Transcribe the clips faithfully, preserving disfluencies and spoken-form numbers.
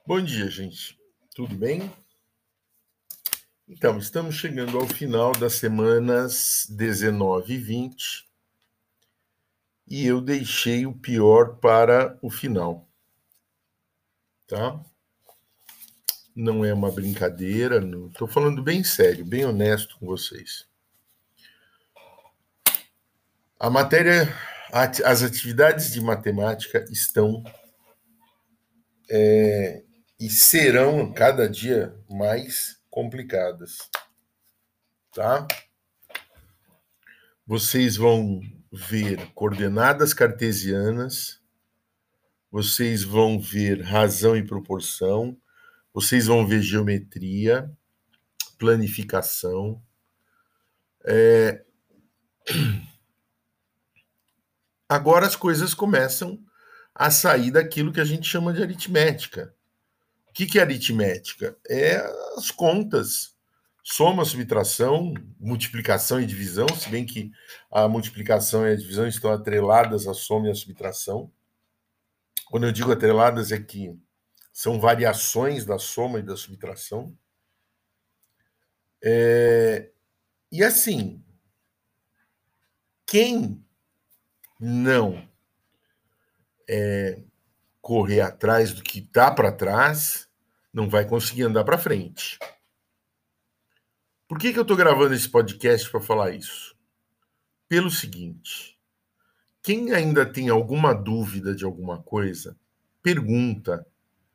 Bom dia, gente. Tudo bem? Então, estamos chegando ao final das semanas dezenove e vinte e eu deixei o pior para o final, tá? Não é uma brincadeira, estou falando bem sério, bem honesto com vocês. A matéria, as atividades de matemática estão é, e serão cada dia mais complicadas, tá? Vocês vão ver coordenadas cartesianas, vocês vão ver razão e proporção, vocês vão ver geometria, planificação. É... Agora as coisas começam a sair daquilo que a gente chama de aritmética. O que é aritmética? É as contas, soma, subtração, multiplicação e divisão, se bem que a multiplicação e a divisão estão atreladas à soma e à subtração. Quando eu digo atreladas é que são variações da soma e da subtração. É... E assim, quem não é, correr atrás do que está para trás, não vai conseguir andar para frente. Por que, que eu estou gravando esse podcast para falar isso? Pelo seguinte, quem ainda tem alguma dúvida de alguma coisa, pergunta.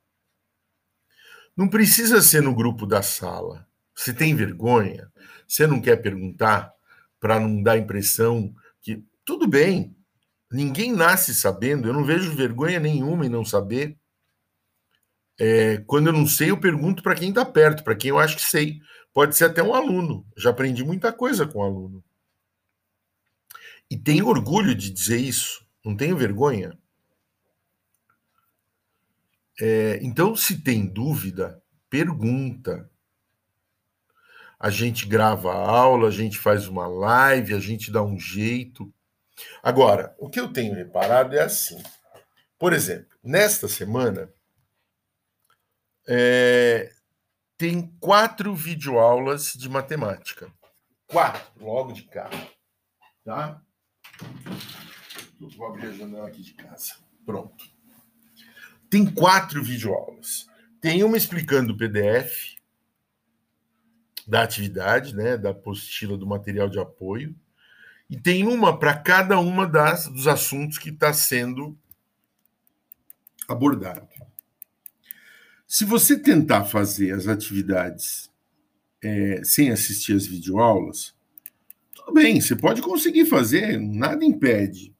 Não precisa ser no grupo da sala. Você tem vergonha? Você não quer perguntar para não dar a impressão que tudo bem, ninguém nasce sabendo, eu não vejo vergonha nenhuma em não saber. É, quando eu não sei, eu pergunto para quem está perto, para quem eu acho que sei. Pode ser até um aluno. Já aprendi muita coisa com um aluno. E tenho orgulho de dizer isso. Não tenho vergonha. É, então, se tem dúvida, pergunta. A gente grava a aula, a gente faz uma live, a gente dá um jeito. Agora, o que eu tenho reparado é assim. Por exemplo, nesta semana, é, tem quatro videoaulas de matemática. Quatro, logo de cara. Tá? Vou abrir a janela aqui de casa. Pronto. Tem quatro videoaulas. Tem uma explicando o P D F da atividade, né, da apostila do material de apoio, e tem uma para cada uma das dos assuntos que está sendo abordado. Se você tentar fazer as atividades é, sem assistir as videoaulas, tudo bem, você pode conseguir fazer, nada impede.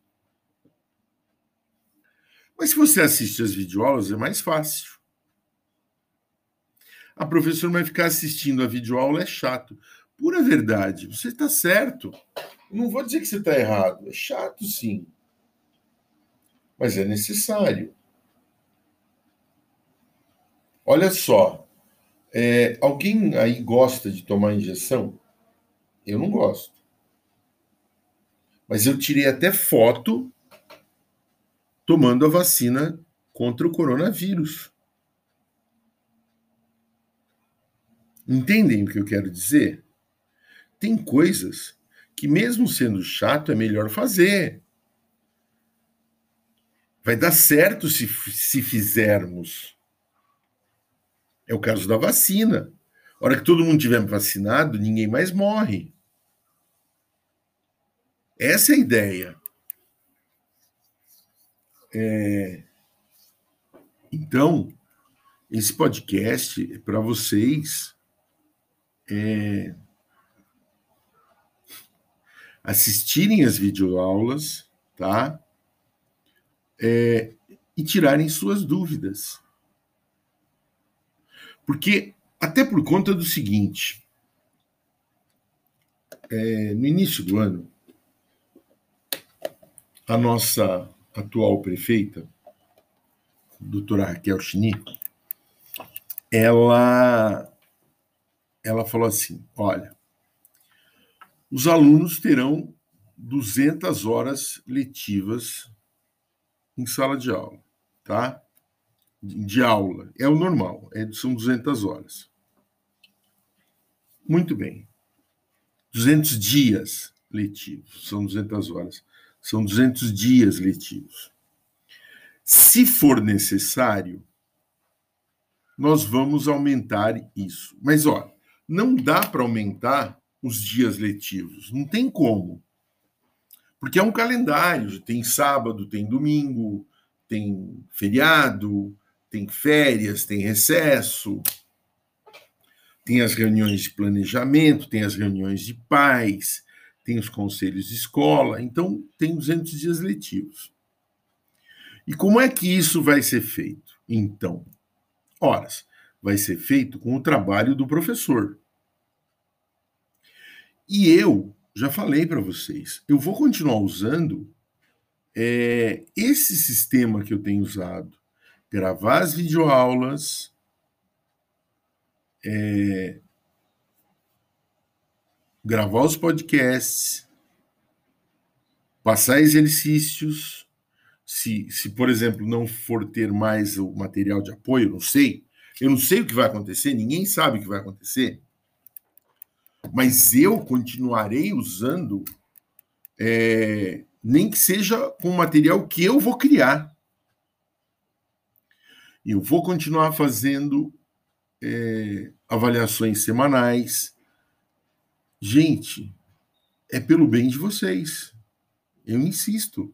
Mas se você assiste as videoaulas, é mais fácil. A professora vai ficar assistindo a videoaula, é chato. Pura verdade, você está certo. Não vou dizer que você está errado, é chato sim. Mas é necessário. Olha só, é, alguém aí gosta de tomar injeção? Eu não gosto. Mas eu tirei até foto tomando a vacina contra o coronavírus. Entendem o que eu quero dizer? Tem coisas que, mesmo sendo chato, é melhor fazer. Vai dar certo se, se fizermos. É o caso da vacina. A hora que todo mundo tiver vacinado, ninguém mais morre. Essa é a ideia. É... Então, esse podcast é para vocês é... assistirem as videoaulas, tá? É... E tirarem suas dúvidas. Porque, até por conta do seguinte, é... no início do ano, a nossa atual prefeita, doutora Raquel Chinico, ela, ela falou assim, olha, os alunos terão duzentas horas letivas em sala de aula, tá? de aula. É o normal, é, são duzentas horas. Muito bem. duzentos dias letivos, são duzentas horas. São duzentos dias letivos. Se for necessário, nós vamos aumentar isso. Mas, olha, não dá para aumentar os dias letivos. Não tem como. Porque é um calendário. Tem sábado, tem domingo, tem feriado, tem férias, tem recesso, tem as reuniões de planejamento, tem as reuniões de pais, tem os conselhos de escola. Então, tem duzentos dias letivos. E como é que isso vai ser feito? Então, horas, vai ser feito com o trabalho do professor. E eu já falei para vocês, eu vou continuar usando é, esse sistema que eu tenho usado. Gravar as videoaulas, é, gravar os podcasts, passar exercícios. Se, se, por exemplo, não for ter mais o material de apoio, eu não sei. Eu não sei o que vai acontecer, ninguém sabe o que vai acontecer. Mas eu continuarei usando, é, nem que seja com o material que eu vou criar. Eu vou continuar fazendo é, avaliações semanais. Gente, é pelo bem de vocês. Eu insisto.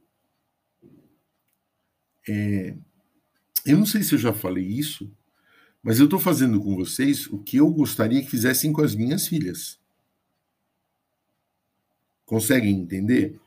É, eu não sei se eu já falei isso, mas eu estou fazendo com vocês o que eu gostaria que fizessem com as minhas filhas. Conseguem entender?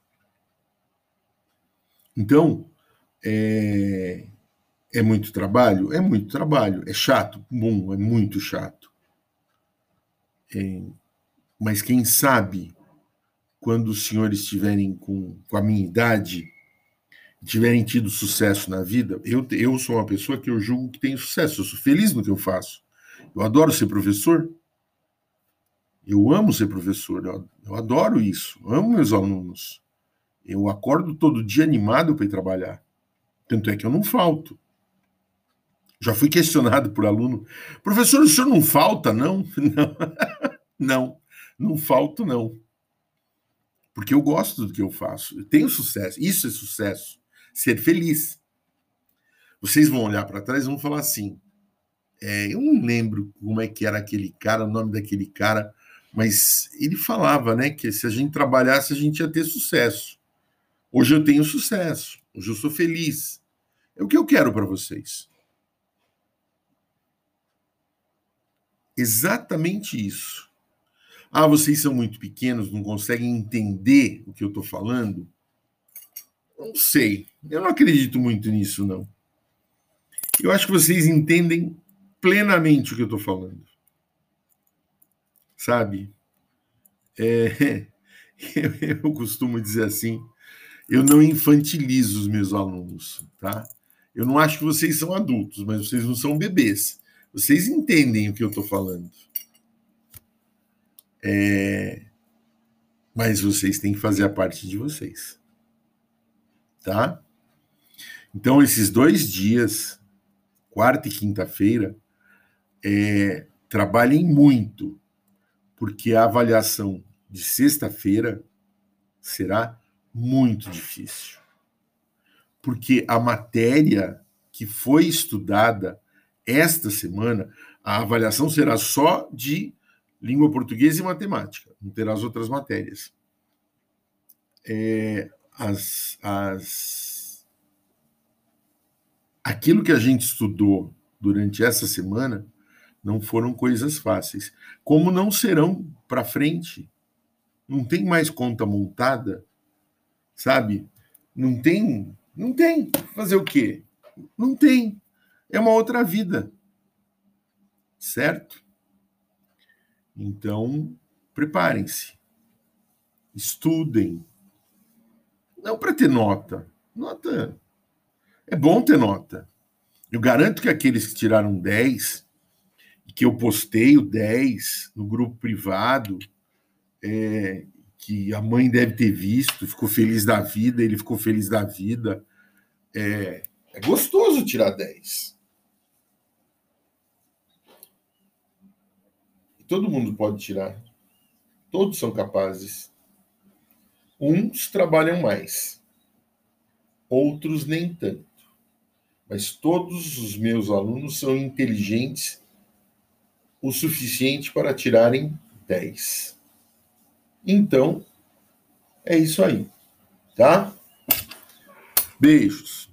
Então, é, é muito trabalho? É muito trabalho. É chato? Bom, é muito chato. É, mas quem sabe, quando os senhores estiverem com, com a minha idade, tiverem tido sucesso na vida, eu, eu sou uma pessoa que eu julgo que tem sucesso, eu sou feliz no que eu faço. Eu adoro ser professor, eu amo ser professor, eu, eu adoro isso, eu amo meus alunos. Eu acordo todo dia animado para ir trabalhar. Tanto é que eu não falto. Já fui questionado por aluno, professor, o senhor não falta, não? Não, não, não falto, não. Porque eu gosto do que eu faço, eu tenho sucesso, isso é sucesso, ser feliz. Vocês vão olhar para trás e vão falar assim, é, eu não lembro como é que era aquele cara, o nome daquele cara, mas ele falava, né, que se a gente trabalhasse, a gente ia ter sucesso. Hoje eu tenho sucesso, hoje eu sou feliz. É o que eu quero para vocês. Exatamente isso. Ah, vocês são muito pequenos, não conseguem entender o que eu estou falando? Não sei. Eu não acredito muito nisso, não. Eu acho que vocês entendem plenamente o que eu estou falando. Sabe? É, eu, eu costumo dizer assim, eu não infantilizo os meus alunos, tá? Eu não acho que vocês são adultos, mas vocês não são bebês. Vocês entendem o que eu estou falando. É... Mas vocês têm que fazer a parte de vocês. Tá? Então, esses dois dias, quarta e quinta-feira, é... trabalhem muito, porque a avaliação de sexta-feira será muito difícil. Porque a matéria que foi estudada esta semana, a avaliação será só de língua portuguesa e matemática, não terá as outras matérias. É, as, as... Aquilo que a gente estudou durante essa semana não foram coisas fáceis, como não serão para frente. Não tem mais conta montada, sabe? Não tem, não tem. Fazer o quê? Não tem. É uma outra vida. Certo? Então, preparem-se. Estudem. Não para ter nota. Nota. É bom ter nota. Eu garanto que aqueles que tiraram dez, e que eu postei o dez no grupo privado, é, que a mãe deve ter visto, ficou feliz da vida, ele ficou feliz da vida. É, é gostoso tirar dez. todo mundo pode tirar. Todos são capazes. Uns trabalham mais, outros nem tanto. Mas todos os meus alunos são inteligentes o suficiente para tirarem dez. Então, é isso aí, tá? Beijos.